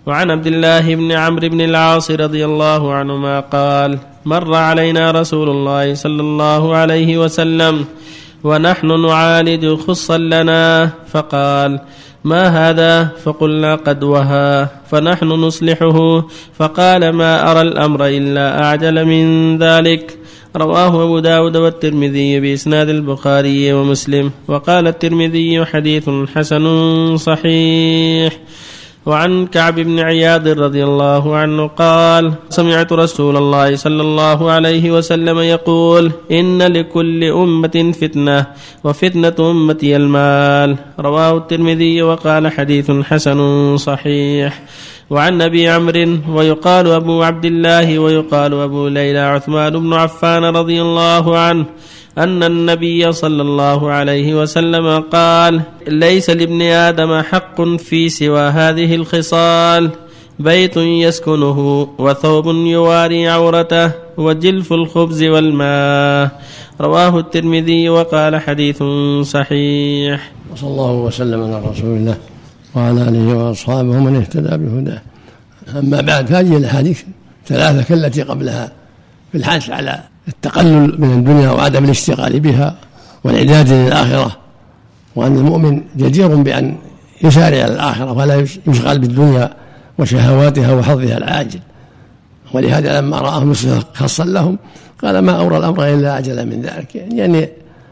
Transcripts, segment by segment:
وعن عبد الله بن عمرو بن العاص رضي الله عنهما قال: مر علينا رسول الله صلى الله عليه وسلم ونحن نعالج خصا لنا فقال: ما هذا؟ فقلنا: قد وهى. فنحن نصلحه، فقال: ما أرى الأمر إلا أعجل من ذلك. رواه أبو داود والترمذي بإسناد البخاري ومسلم. وقال الترمذي: حديث حسن صحيح. وعن كعب بن عياض رضي الله عنه قال: سمعت رسول الله صلى الله عليه وسلم يقول: إن لكل أمة فتنة وفتنة أمتي المال. رواه الترمذي وقال: حديث حسن صحيح. وعن أبي عمرو ويقال أبو عبد الله ويقال أبو ليلى عثمان بن عفان رضي الله عنه أن النبي صلى الله عليه وسلم قال: ليس لابن آدم حق في سوى هذه الخصال: بيت يسكنه، وثوب يواري عورته، وجلف الخبز والماء. رواه الترمذي وقال: حديث صحيح. وصلى الله وسلم على رسول الله وعلى آله وأصحابه من اهتدى بهداه. أما بعد، هذه الأحاديث ثلاثة كالتي قبلها في الحث على التقلل من الدنيا وعدم الاشتغال بها والإعداد للآخرة، وأن المؤمن جدير بأن يسارع الآخرة ولا يشغل بالدنيا وشهواتها وحظها العاجل. ولهذا لما رآه مسلم خاصا لهم قال: ما أورى الأمر إلا أعجل من ذلك، يعني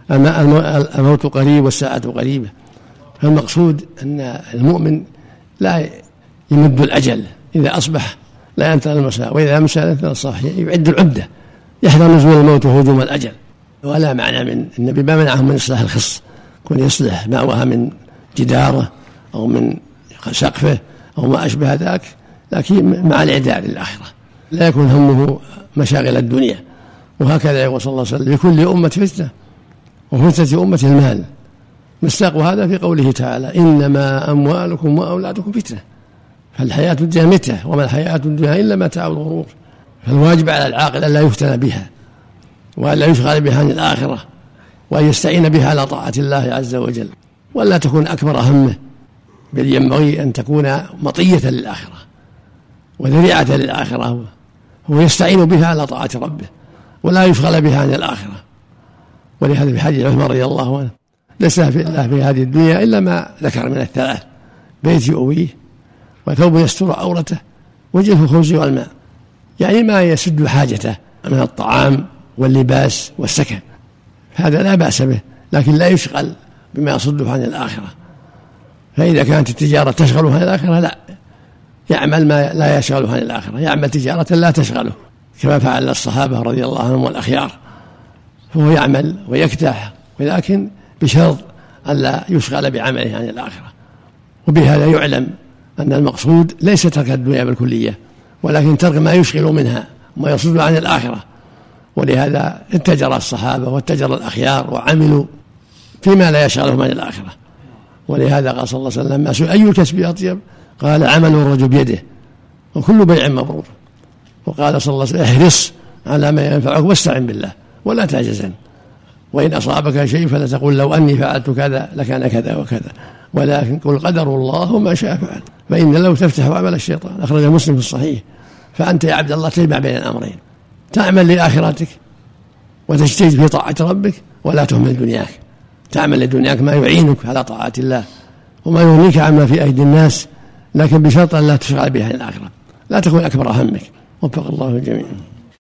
الموت قريب والساعة قريبة. فالمقصود أن المؤمن لا يمد الأجل، إذا أصبح لا ينتظر المساء، وإذا أمسى لا ينتظر الصباح، يعد العدة، يحذر نزول الموت وهجوم الأجل. ولا معنى من النبي ما منعه من إصلاح الخص، كون يصلح مأوها من جداره أو من سقفه أو ما أشبه ذاك، لكن مع الإعداد للآخرة، لا يكون همه مشاغل الدنيا. وهكذا يقول صلى الله عليه وسلم: لكل أمة فتنة وفتنة أمة المال. مصداق هذا في قوله تعالى: إنما أموالكم وأولادكم فتنة. فالحياة الدنيا متعة، وما الحياة الدنيا إلا متاع الغرور. فالواجب على العاقل أن لا يفتن بها، وأن لا يشغل بها عن الآخرة، وأن يستعين بها على طاعة الله عز وجل، ولا تكون أكبر همه، بل ينبغي أن تكون مطية للآخرة وذريعة للآخرة، هو يستعين بها على طاعة ربه ولا يشغل بها عن الآخرة. ولهذا في حديث عثمان رضي الله عنه: ليس في الله في هذه الدنيا إلا ما ذكر من الثلاث: بيت يؤويه، وثوب يستر عورته، وجلف الخبز والماء، يعني ما يسد حاجته من الطعام واللباس والسكن. هذا لا بأس به، لكن لا يشغل بما يصده عن الآخرة. فإذا كانت التجارة تشغله عن الآخرة، لا يعمل ما لا يشغله عن الآخرة، يعمل تجارة لا تشغله، كما فعل الصحابة رضي الله عنهم والأخيار. فهو يعمل ويكتح، ولكن بشرط ألا يشغل بعمله عن الآخرة. وبهذا يعلم أن المقصود ليس ترك الدنيا بالكلية، ولكن ترك ما يشغل منها وما يصد عن الآخرة. ولهذا اتجر الصحابة واتجر الأخيار وعملوا فيما لا يشغلهم عن الآخرة. ولهذا قال صلى الله عليه وسلم: ما سئل أي الكسب أطيب؟ قال: عمل الرجل بيده، وكل بيع مبرور. وقال صلى الله عليه وسلم: احرص على ما ينفعك واستعن بالله ولا تعجزن، وإن أصابك شيء فلا تقول لو أني فعلت كذا لكان كذا وكذا، ولكن قل قدر الله وما شاء فعل، فإن لو تفتح عمل الشيطان. أخرج مسلم في الصحيح. فأنت يا عبد الله تجمع بين الأمرين: تعمل لآخرتك وتجتهد في طاعة ربك، ولا تهمل دنياك، تعمل لدنياك ما يعينك على طاعة الله وما يغنيك عما في أيدي الناس، لكن بشرط أن لا تشغل بها الآخرة، لا تكون أكبر همك. وفق الله الجميع.